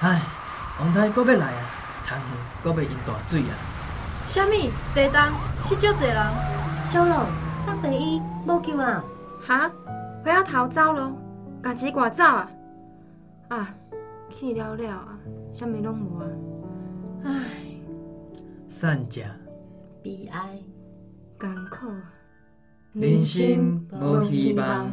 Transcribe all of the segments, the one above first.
唉，王太阁要来啊，田园阁要淹大水啊！ 啥物？地动死足侪人。 小龙，送第一无救啊！ 哈，回头逃走咯，家己赶走啊！啊，去了了啊，啥物拢无啊！唉， 善食悲哀， 艰苦， 人生无希望。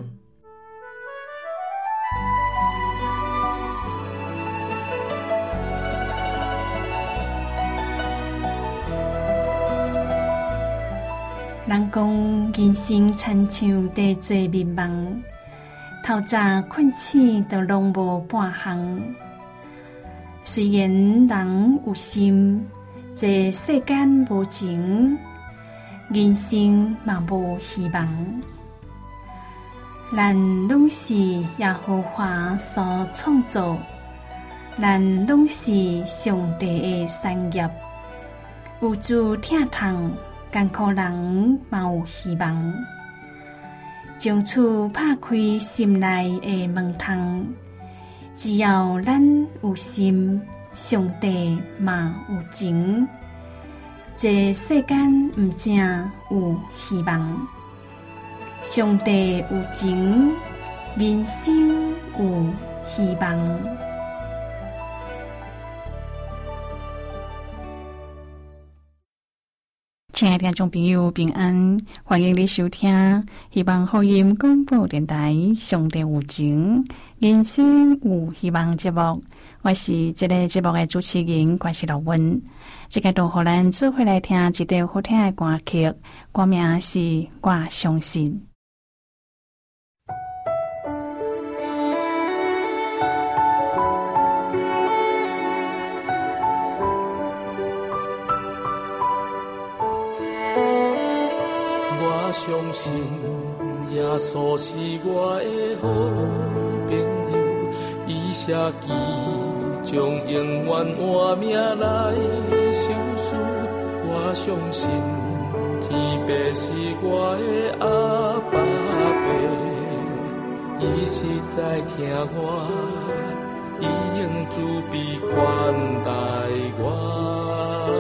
人讲人生亲像地做迷茫，透早困醒都拢无半项。虽然人有心，这世间无情，人生嘛无希望。咱拢是耶和华所创造，咱拢是上帝的产业，有主疼痛。艰苦人嘛有希望，将厝拍开心内的门窗。只要咱有心，上帝嘛有情。这世间不正有希望，上帝有情，人生有希望。亲爱的听众朋友，平安，欢迎你收听希望福音广播电台上帝有情人生有希望节目。我是这个节目的主持人关系老温。这个同互咱做伙来听一首好听的歌曲，歌名是《我相信》。 我相信耶稣是我的好朋友，伊舍己将永远换命来受死。我相信天父是我的阿爸爸，伊实在听我，伊用慈悲款待我。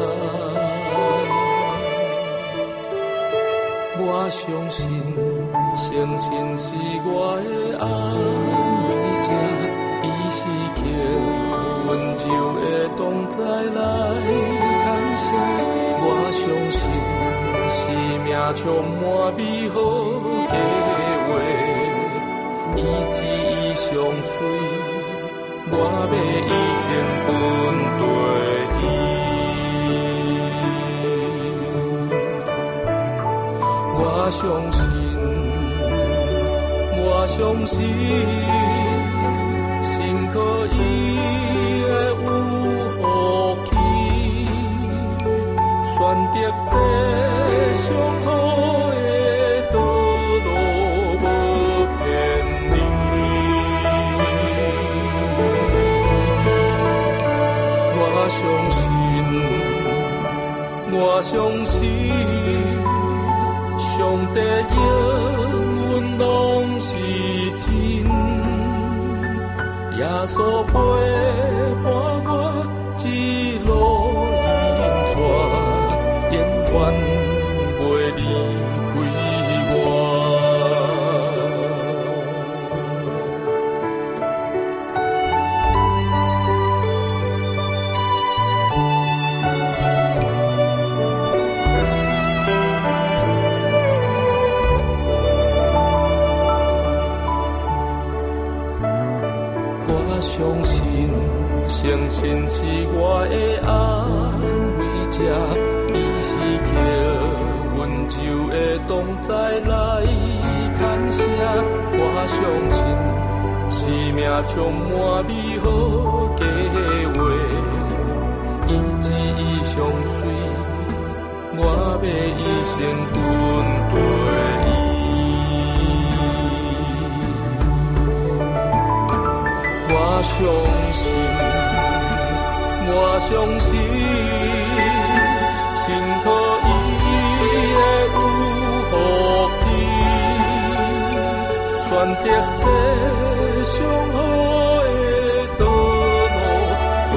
我相信，诚心是我的安慰者，伊是刻温柔的同在来感谢。我相信，生命充满美好计划，伊旨意相随，我要一生跟对伊。我相信，我相信，心可伊会有福气，选择这上好的道路，无偏离。我相信，我相信。上帝应允拢是真，耶稣陪伴我一路引带，永远袂离开我。相信，诚心是我的安慰者，伊是刻温柔的同在来牵涉。我相信，生命充满美好计划，伊旨意相随，我要一生跟对伊。我相信，我相信，心可伊会有福气，选择这上好的道路，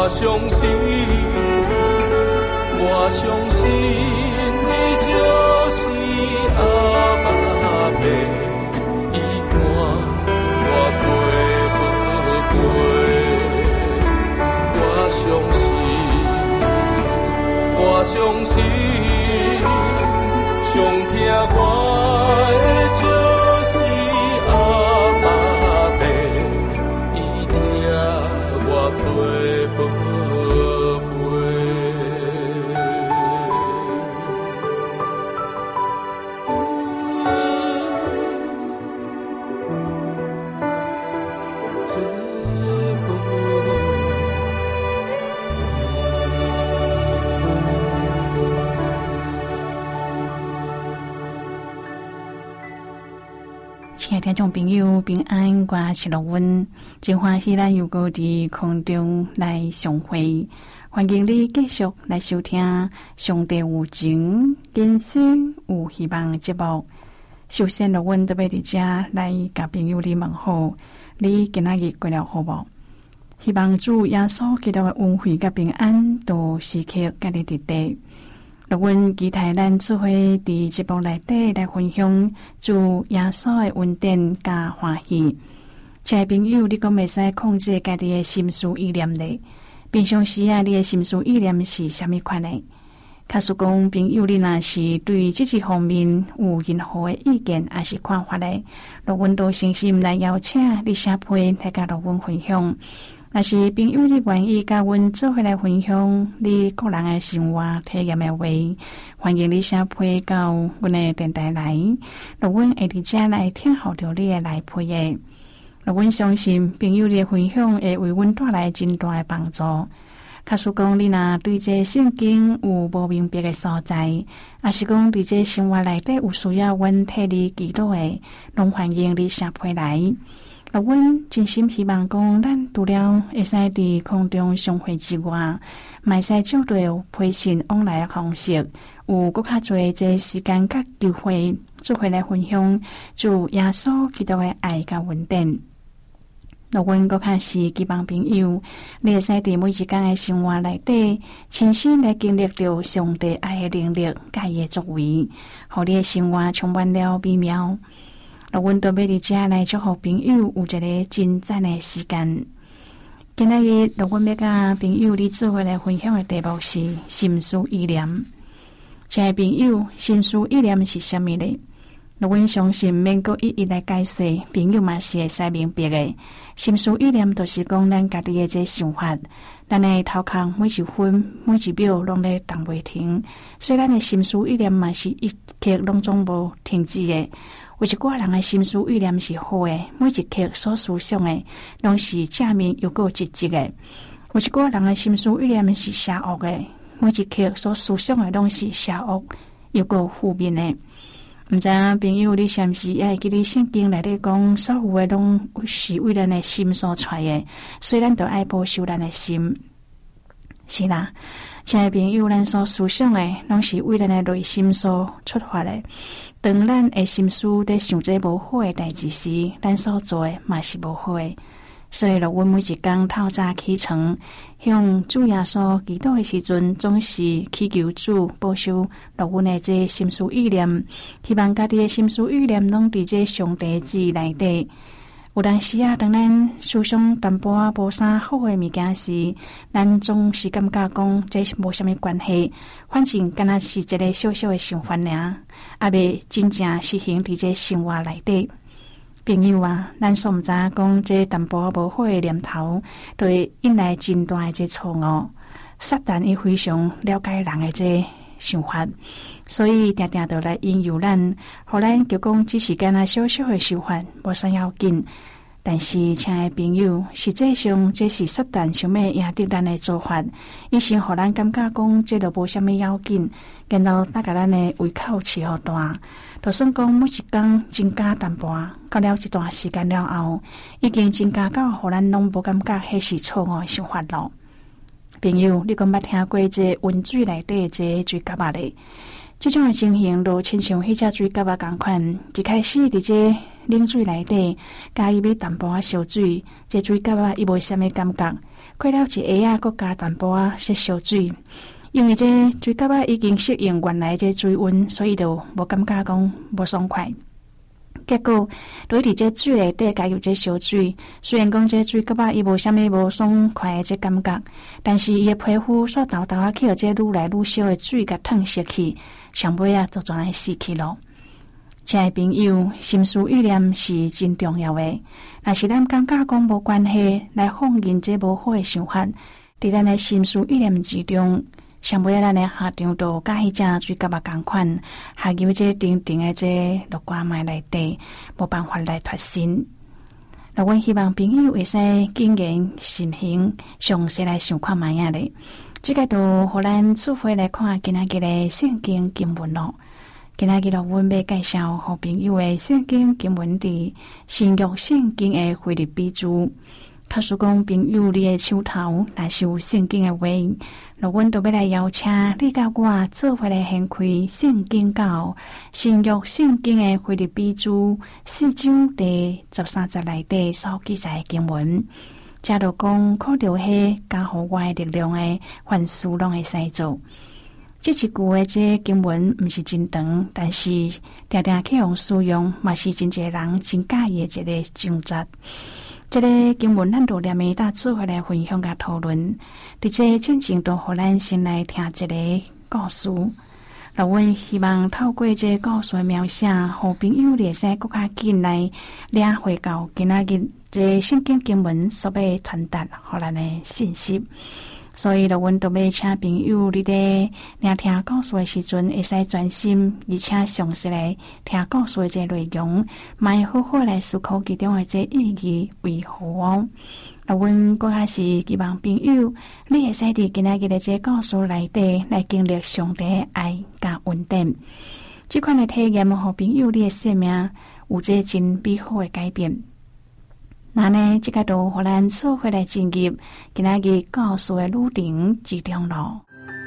我相信，我相信伊就是阿爸爸，伊看我做宝贝。我相信，上疼我的就是阿爸爸，伊疼我做宝贝。 亲爱的听众朋友，平安，我是乐温，真欢喜咱又搁伫空中来相会，欢迎你继续来收听上帝有情人生有希望节目。首先，乐温特别伫遮来甲朋友你问好，你今仔日过了好无？希望主耶稣基督的恩惠甲平安都时刻甲你伫地。乐温期待咱做伙伫节目内底来分享主耶稣的恩典甲欢喜。亲爱朋友，你讲袂使控制家己的心思意念咧？平常时啊，你的心思意念是虾米款的？假使讲朋友，你若是对这一方面有任何的意见还是看法咧，乐温都诚心来邀请你写批来甲乐温分享。若是朋友你愿意甲阮做伙来分享你个人的生活体验的话，欢迎你写批到阮的电台来，乐温会伫遮来听候着你的来批的。乐温相信朋友你的分享会为阮带来真大的帮助。假使讲你若对这圣经有无明白的所在，还是讲伫这生活内底有需要阮替你祈祷的，拢欢迎你写批来。乐温真心希望讲，咱除了会使伫空中相会之外，嘛会使照着批信往来的方式，有搁较侪这时间甲机会，做伙来分享主耶稣基督的爱甲恩典。乐温搁较是希望朋友，你会使伫每一天的生活内底，亲身来经历着上帝爱的能力、甲伊的作为，互你的生活充满了美妙。乐温都要伫遮来祝福朋友有一个真赞的时间。今仔日乐温要甲朋友你做伙来分享的题目是心思意念。亲爱朋友，心思意念是啥物呢？乐温相信免阁一一来解释，朋友嘛是会使明白的。心思意念就是讲咱家己的这想法，咱的头壳每一分每一秒拢咧动袂停，所以咱的心思意念嘛是一刻拢总无停止的。有一寡人的心思意念是好的，每一刻所思想的拢是正面又够积极的；有一寡人的心思意念是邪恶的，每一刻所思想的拢是邪恶又够负面的。毋知朋友，你是毋是也会记得圣经内底讲，所有的拢是为咱的心所出的，所以咱就爱保守咱的心。是啦，亲爱朋友，咱所思想的拢是为咱的内心所出发的。当咱的心思在想这无好的代志时，咱所做的嘛是无好的。所以，阮每一天透早起床，向主耶稣祈祷的时阵，总是祈求主保守阮的这心思意念，希望家己的心思意念拢伫这上帝旨意内底。有当时啊，当咱思想淡薄啊无啥好的物件时，咱总是感觉讲这无啥物关系，反正敢若是一个小小的想法尔，也未真正实行伫这生活内底。朋友啊，咱所毋知讲这淡薄无好的念头，就会引来真大的这错误。撒旦伊非常了解人的这想法，所以定定就来引诱咱，互咱就讲只是敢若小小的想法，无啥要紧。但是，亲爱的朋友，实际上这是撒旦想要赢得咱的做法，伊先互咱感觉讲这就无啥物要紧，然后打甲咱的胃口饲好大。就算讲每一天增加淡薄，到了一段时间了后，已经增加到互咱拢无感觉迄是错误的想法咯。朋友，你敢捌听过这温水内底这水蛤蟆咧？这种的情形，就亲像迄只水蛤蟆共款，一开始伫这冷水内底加入要淡薄仔烧水，这水饺啊伊无啥物感觉，过了一下啊，佮加淡薄仔些烧水。因为这水饺啊已经适应原来这水温，所以就无感觉讲无爽快。结果对伫这水内底加入这烧水，虽然讲这水饺啊伊无啥物无爽快的这感觉，但是伊的皮肤煞豆豆啊去互这愈来愈烧的水甲烫熄去，上尾啊就全来死去咯。亲爱朋友，心思意念是真重要的。若是咱感觉讲无关系，来放任这无好的想法，伫咱的心思意念之中，上尾咱的下场都甲迄只水饺啊共款，下入这定定的这落瓜麦内底，无办法来脱身。那阮希望朋友会使谨言慎行，详细来想看卖啊咧。这个都互咱做伙来看今仔日的圣经经文咯。今仔日咯，阮要介绍互朋友的圣经经文伫新约圣经的腓立比书。假使讲朋友你的手头若是有圣经的话，那阮都要来邀请你甲我做伙来掀开圣经到新约圣经的腓立比书4章第13节内底所记载的经文。假如讲靠着迄加互我的力量的凡事拢会使做。这一句的这经文毋是真长，但是常常去用使用，嘛是真侪人真介意的一个章节。这个经文咱就连面搭做伙来分享甲讨论，伫这进前都互咱先来听一个故事。那阮希望透过这故事的描写，互朋友会使更较紧来领会到今仔日这圣经经文所要传达互咱的信息。所以，阮都要请朋友你伫聆听故事的时阵，会使专心，而且详细来听故事的这内容，嘛好好来思考其中的这意义为何哦。那阮更加是希望朋友，你会使伫今仔日的这故事内底来经历上帝的爱甲稳定。这款的体验，互朋友你的生命有这真美好的改变。那呢，这个都互咱做伙来进入今仔日故事的旅程之中咯。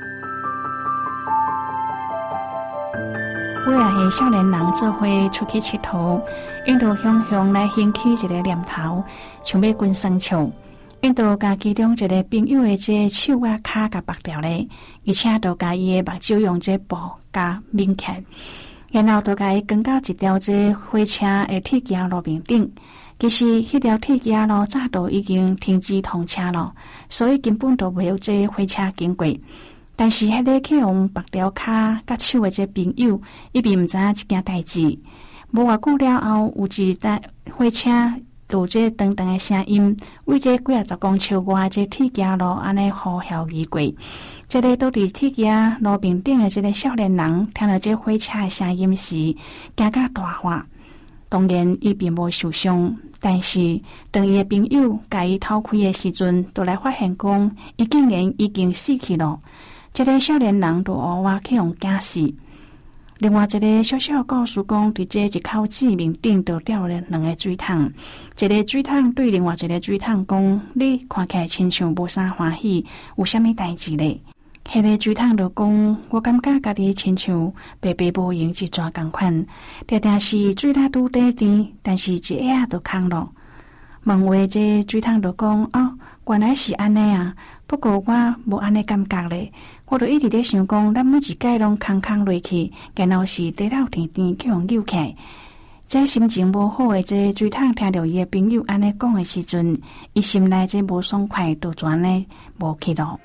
我也是少年人做伙出去佚佗，因都向向来兴起一个念头，想要滚山丘。因都甲其中一个朋友的这手啊骹甲绑掉咧，而且都甲伊的目睭用这布甲拧起，然后都甲伊扛到一条这火车的铁桥路面顶。其实，迄条铁桥路早都已经停止通车了，所以根本都没有这火车经过。但是，迄个去用绑条骹甲手的这朋友，伊并唔知影这件代志。无偌久了后，有一台火车有这长长的声音，为这几10公尺外这铁桥路安尼呼啸而过。这个倒伫铁桥路面顶的这个少年人，听到这火车的声音时，惊甲大喊。当然，伊并无受伤，但是当伊的朋友甲伊偷开的时阵，就来发现讲，伊竟然已经死去了。这个少年人就乌哇去用惊死。另外一个小小故事讲，伫这一口子面顶就掉了2个水桶，一个水桶对另外一个水桶讲：“你看起来亲像无啥欢喜，有啥物代志咧？”迄个水桶就讲：“我感觉家己亲像白白无用一抓共款，常常是水塔拄底甜，但是一下就空了。”问话这水桶就讲：“哦，原来是安尼啊！不过我无安尼感觉咧，我就一直在想讲，咱每一摆拢空空落去，然后是地老天甜去用扭起来。”这心情无好的这水桶听到伊的朋友安尼讲的时阵，伊心内这无爽快都全咧无去了。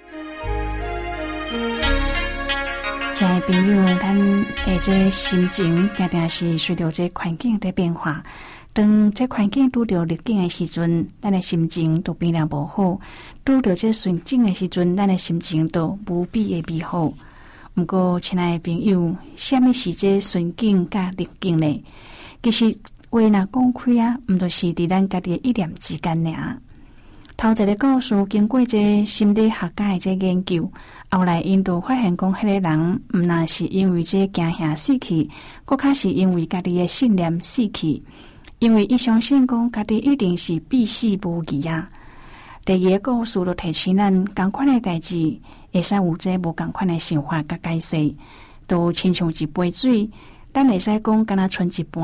亲爱朋友，咱的这心情定定是随着这环境的变化。当这环境拄着逆境的时阵，咱的心情都变了无好；拄着这顺境的时阵，咱的心情都无比的美好。不过，亲爱的朋友，什么是这顺境甲逆境呢？其实话若讲开啊，毋就是伫咱家己的意念之间尔。头一个故事经过这心理学家的这研究，后来因都发现讲，迄个人毋但是因为这惊吓死去，更较是因为家己的信念死去。因为伊相信讲，家己一定是必死无疑啊。第二个故事就提醒咱，同款的代志会使有这无同款的想法甲解释，都亲像一杯水，咱会使讲敢若剩一半，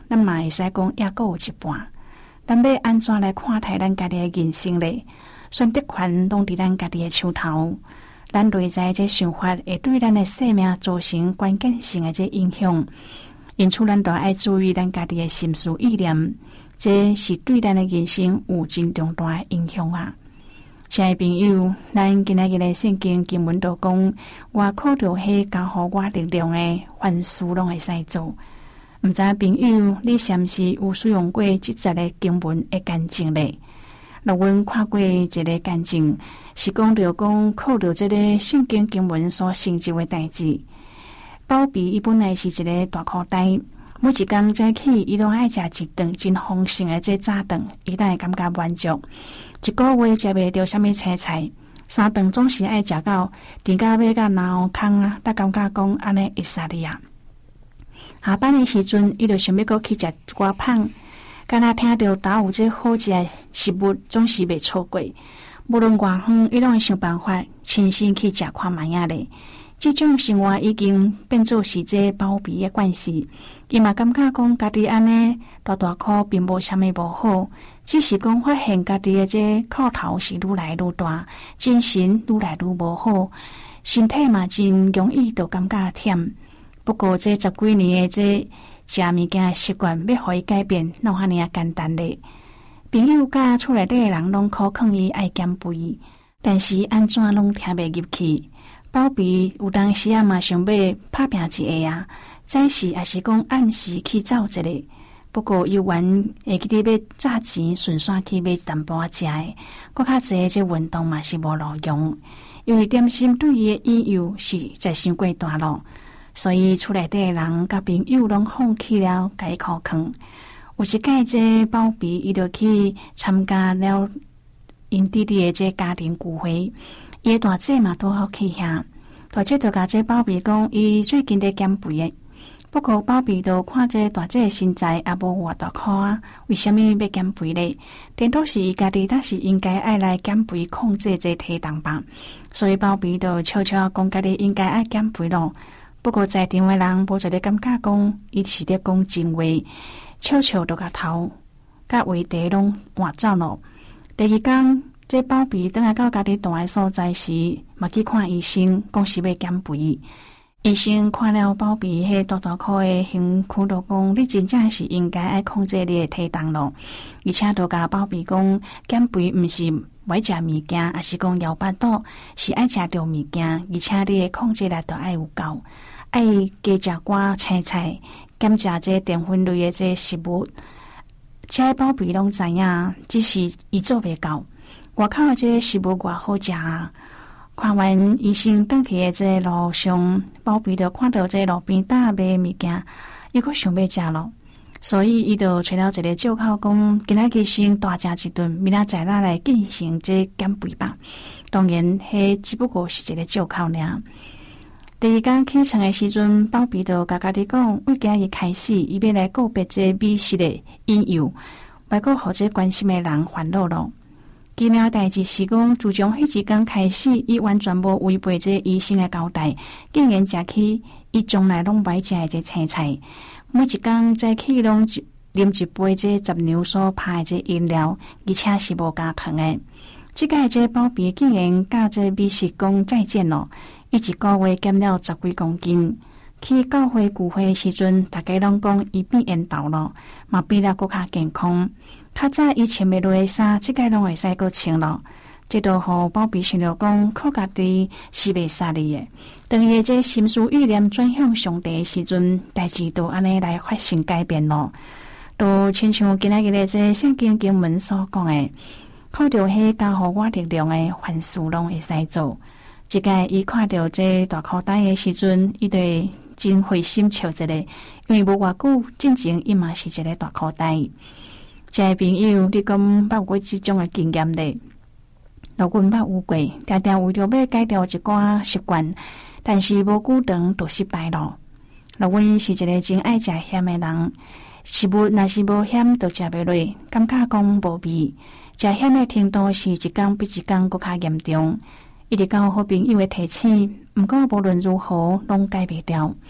咱嘛会使讲也阁有一半。咱要安怎来看待咱家己的人生咧？选择权拢伫咱家己的手头。咱内在这想法会对咱的生命造成关键性的这影响，因此咱都爱注意咱家己的心思意念，这是对咱的人生有真重大的影响啊！亲爱的朋友，咱今仔日的圣经经文都讲，我靠着迄交予我力量的，凡事拢会使做。毋知朋友，你是毋是有使用过即节的经文的干净咧？若阮看过一个干净，是讲着讲靠着这个圣经经文所成就的代志。包庇伊本来是一个大口袋，每一工早起，伊拢爱食一顿真丰盛的这早顿，伊才会感觉满足。一个月食袂着啥物青菜，三顿总是爱食到甜到尾到脑空啊，才感觉讲安尼会使哩啊。下班的时阵，伊就想要搁去食一寡芳，敢若听到倒有这好食的食物，总是袂错过。无论偌远，伊拢会想办法亲身去食看卖啊咧。这种生活已经变作是这包庇的惯势，伊嘛感觉讲家己安尼大块并无啥物无好，只是讲发现家己的这块头是愈来愈大，精神愈来愈无好，身体嘛真容易就感觉忝。不过这10几年的这食物件的习惯，要互伊改变，哪有遐尔简单咧？朋友甲厝内底的人拢苦劝伊爱减肥，但是安怎拢听袂入去。包庇有当时啊嘛想要拍拼一下啊，早时也是讲暗时去走一个。不过有缘会记得要炸钱顺线去买一淡薄仔食的，搁较济这运动嘛是无路用，因为点心对伊的引诱实在伤过大咯，所以厝内底的人甲朋友拢放弃了，甲伊苦劝。有一届这包庇伊就去参加了因弟弟的这家庭聚会。伊的大姐嘛都好去遐，大姐就甲这包庇讲，伊最近在减肥的。不过包庇就看这大姐的身材也无偌大块啊，为什么要减肥咧？颠倒是伊家己，但是应该爱来减肥控制这体重吧。所以包庇就悄悄讲家己应该爱减肥咯。不过在场的人无一个感觉讲伊是在讲真话，悄悄就甲头甲话题拢换走咯。第二天。这包庇等下到家己住的所在时，嘛去看医生，讲是要减肥。医生看了包庇迄大块的身躯，就讲你真正是应该爱控制你的体重咯。而且就甲包庇讲，减肥毋是爱食物件，也是讲摇巴肚，是爱食着物件，而且你的控制力都爱有够，爱加食寡青菜，减食这淀粉类的这食物。这包庇拢知影，只是伊做袂到。外口的这食物偌好食啊！看完医生转去的这路上，包庇就看到这路边搭卖物件，伊阁想要食咯，所以伊就找了一个借口讲，今仔日先大食一顿，明仔载咱来进行这减肥吧。当然，迄只不过是一个借口尔。第二天起床的时阵，包庇就甲家己讲，为今日开始，伊要来告别这美食的引诱，别阁互这关心的人烦恼咯。奇妙代志是讲，自从迄一天开始，伊完全无违背这医生的交代，竟然食起伊从来拢不爱食的这青菜。每一天早起拢啉一杯这杂牛所拍的这饮料，而且是无加糖的。这个这包庇竟然甲这美食讲再见咯！伊一个月减了10几公斤。去教会聚会的时阵，大家拢讲伊变缘投咯，嘛变了更较健康。较早伊穿袂落的衫，即个拢会使阁穿咯。这都互包庇想着讲，靠家己是袂使哩的。当伊这心思意念转向上帝的时阵，代志都安尼来发生改变咯。都亲像今仔日的这圣经经文所讲的，靠着迄交互我力量的，凡事拢会使做。即个伊看到这大口袋的时阵，伊就会真会心笑一个，因为无偌久进前伊嘛是一个大口袋。这个朋友，你讲捌过这种的经验咧？老阮捌有过，常常为着要改掉一寡习惯，但是无久长就失败咯。老阮是一个真爱食咸的人，食物若是无咸就食袂落，感觉讲无味。食咸的程度是一天比一天更较严重。一直到好朋友的提醒，毋过无论如何拢改袂掉。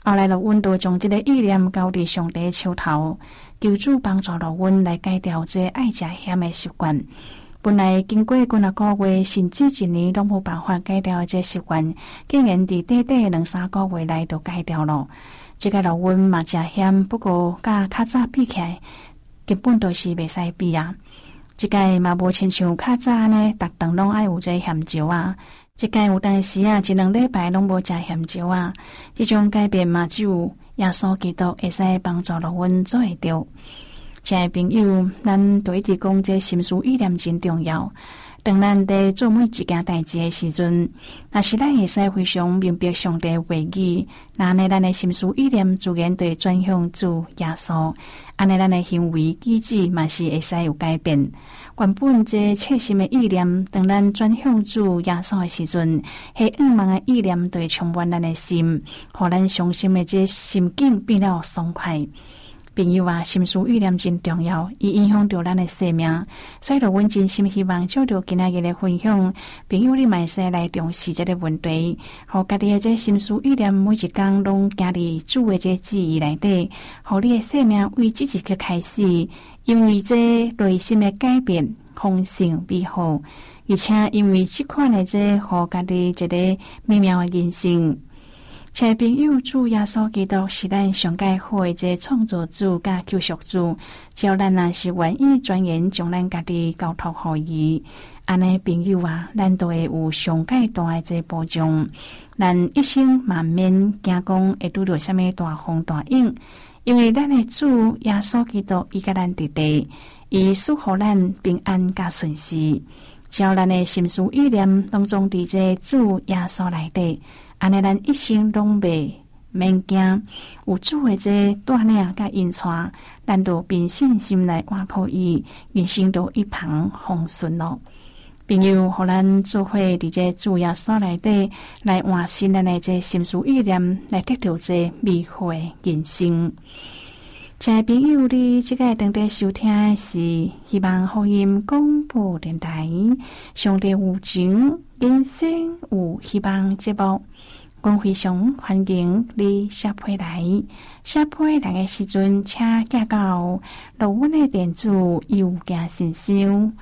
后来，阮就将这个意念交伫上帝手头，求主帮助阮来改掉这爱食咸的习惯。本来经过几啊个月，甚至一年都无办法改掉这习惯，竟然伫短短2-3个月内就改掉了。这个阮嘛食咸，不过甲较早比起来，根本都是袂使比啊。这个嘛无亲像较早呢，逐顿拢爱有这咸椒啊。这个有当时啊，1-2礼拜拢无食咸椒啊。这种改变嘛，只有耶稣基督会使帮助阮做会到。亲爱朋友，咱都一直讲这心思意念真重要。当咱在做每一件代志的时阵，若是咱会使非常明白上帝话语，那呢咱的心思意念自然就会转向主耶稣，安尼咱的行为举止嘛是会使有改变。原本这切心的意念，当咱转向主耶稣的时阵，迄暗茫的意念就会充满咱的心，互咱伤心的这心境变了爽快。朋友啊，心思意念真重要，伊影响到咱的生命。所以阮真心希望借着今仔日的分享，朋友你嘛使来重视这个问题，互家己的这心思意念每一天拢行伫主的这旨意内底，互你的生命为即一刻开始，因为这内心的改变丰盛美好，而且因为这款的这互家己一个美妙的人生。亲爱朋友，主耶稣基督是咱上介好的这创造主甲救赎主，只要咱若是愿意专研将咱家己交托互伊，安尼朋友啊，咱都会有上介大的这保障，咱一生嘛免惊讲会拄到什么大风大影，因为咱的主耶稣基督伊甲咱伫地，伊赐予咱平安甲顺遂，只要咱的心思意念拢总伫这主耶稣内底。安尼，咱一生拢袂免惊，有主的这带领甲引带，咱就凭信心来倚靠伊，人生都一帆风顺咯。朋友，互咱做伙伫这主耶稣内底来换新咱的这心思意念，来得到这美好的人生。亲爱朋友，你即个等待收听的是希望福音广播电台上帝有情人生有希望节目。阮非常欢迎你写批来的时阵，请寄到录阮的电子邮件信箱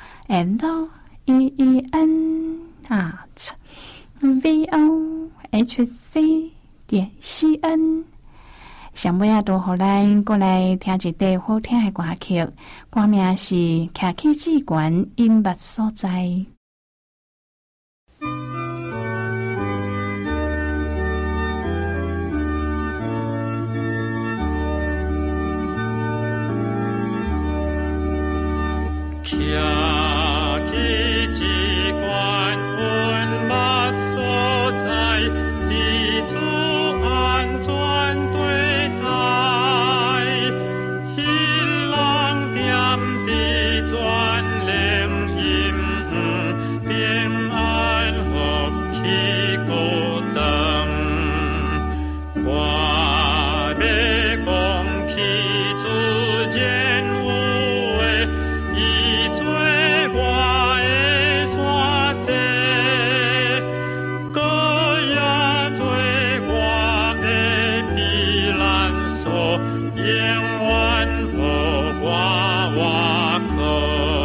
LEEN@vohc.cn。上尾啊，都互咱过来听一段好听的歌曲，歌名是《徛起志悬音乐所在》。 徛起志悬音乐所在，地主安全对待，彼人点滴专灵音，平安福气高登。我要讲起自然有的。做我的山寨，搁也做我的避难所，永远予我活靠。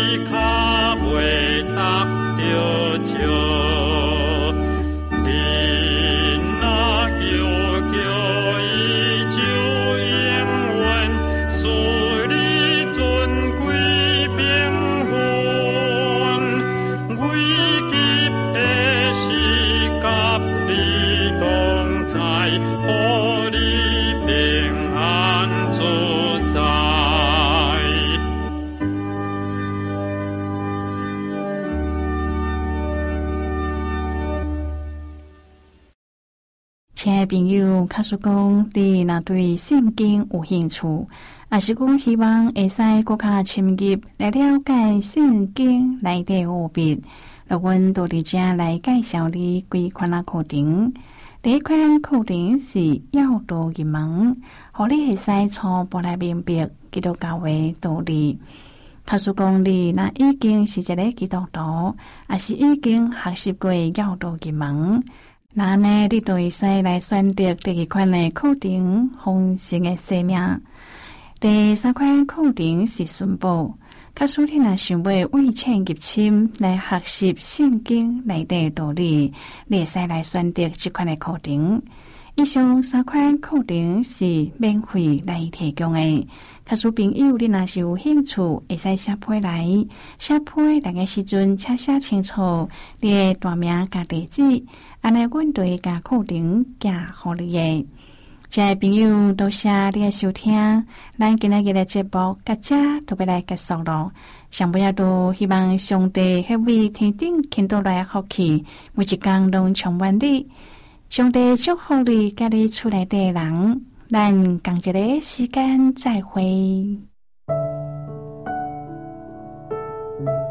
卡袂达着照。你若叫伊就永远使你尊贵平凡，危急的时甲你同在，予你平安自在。 亲爱的朋友，假使讲你若对圣经有兴趣，也是讲希望会使更加深入来了解圣经内底奥秘，那阮都伫遮来介绍你几款课程。第一款课程是要道入门，互你会使初步来明白基督教的道理。假使讲你若已经是一个基督徒，也是已经学习过要道入门，那呢，你就会使来选择第二款的课程，丰盛的生命。第三款课程是宣布，假使你若想要为浅入深来学习圣经内底道理，你会使来选择这款的课程。以上三款课程是免费来提供的。假使朋友你若是有兴趣，会使写批来，写批来的时阵，请写清楚你的大名甲地址，安尼阮就会甲课程寄互你的。亲爱的朋友，多谢你的收听，咱今日的节目到这就要来结束咯。上尾都希望上帝迄位天顶倾倒来的福气，每一天拢充满你。上帝祝福你，甲你厝内的人，咱同一个时间再会。